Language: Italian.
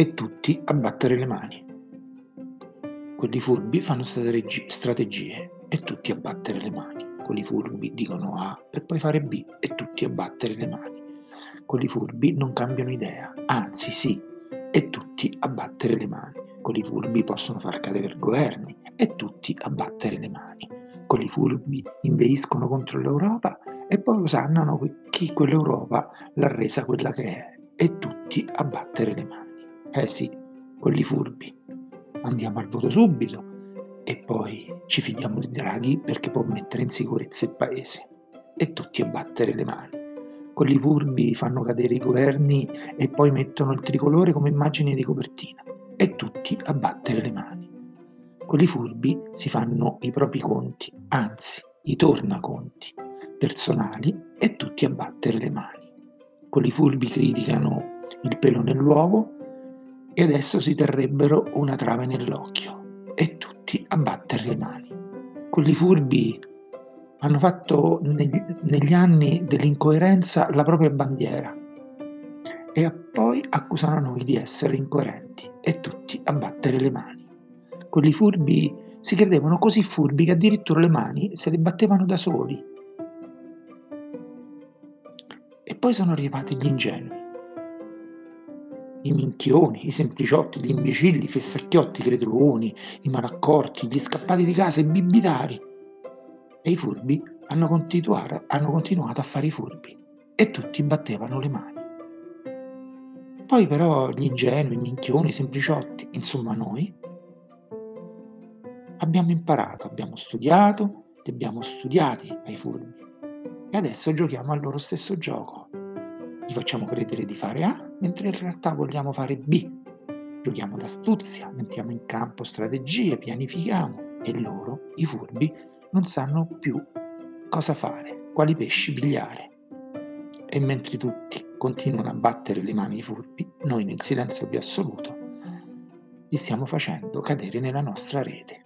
e tutti a battere le mani. Quelli furbi fanno strategie e tutti a battere le mani. Quelli furbi dicono A per poi fare B e tutti a battere le mani. Quelli furbi non cambiano idea, anzi sì, e tutti a battere le mani. Quelli furbi possono far cadere governi e tutti a battere le mani. Quelli furbi inveiscono contro l'Europa e poi osannano chi quell'Europa l'ha resa quella che è e tutti a battere le mani. Eh sì, quelli furbi. Andiamo al voto subito e poi ci fidiamo di Draghi perché può mettere in sicurezza il paese. E tutti a battere le mani. Quelli furbi fanno cadere i governi e poi mettono il tricolore come immagine di copertina. E tutti a battere le mani. Quelli furbi si fanno i propri conti, anzi i tornaconti personali e tutti a battere le mani. Quelli furbi criticano il pelo nell'uovo e adesso si terrebbero una trave nell'occhio e tutti a battere le mani. Quelli furbi hanno fatto negli anni dell'incoerenza la propria bandiera e poi accusano noi di essere incoerenti e tutti a battere le mani. Quelli furbi si credevano così furbi che addirittura le mani se le battevano da soli. E poi sono arrivati gli ingenui, i minchioni, i sempliciotti, gli imbecilli, i fessacchiotti, i creduloni, i malaccorti, gli scappati di casa, i bibitari. E i furbi hanno continuato a fare i furbi e tutti battevano le mani. Poi però gli ingenui, i minchioni, i sempliciotti, insomma noi, abbiamo imparato, abbiamo studiato, li abbiamo studiati ai furbi e adesso giochiamo al loro stesso gioco. Gli facciamo credere di fare A mentre in realtà vogliamo fare B. Giochiamo d'astuzia, mettiamo in campo strategie, pianifichiamo e loro, i furbi, non sanno più cosa fare, quali pesci pigliare. E mentre tutti continuano a battere le mani ai furbi, noi nel silenzio più assoluto li stiamo facendo cadere nella nostra rete.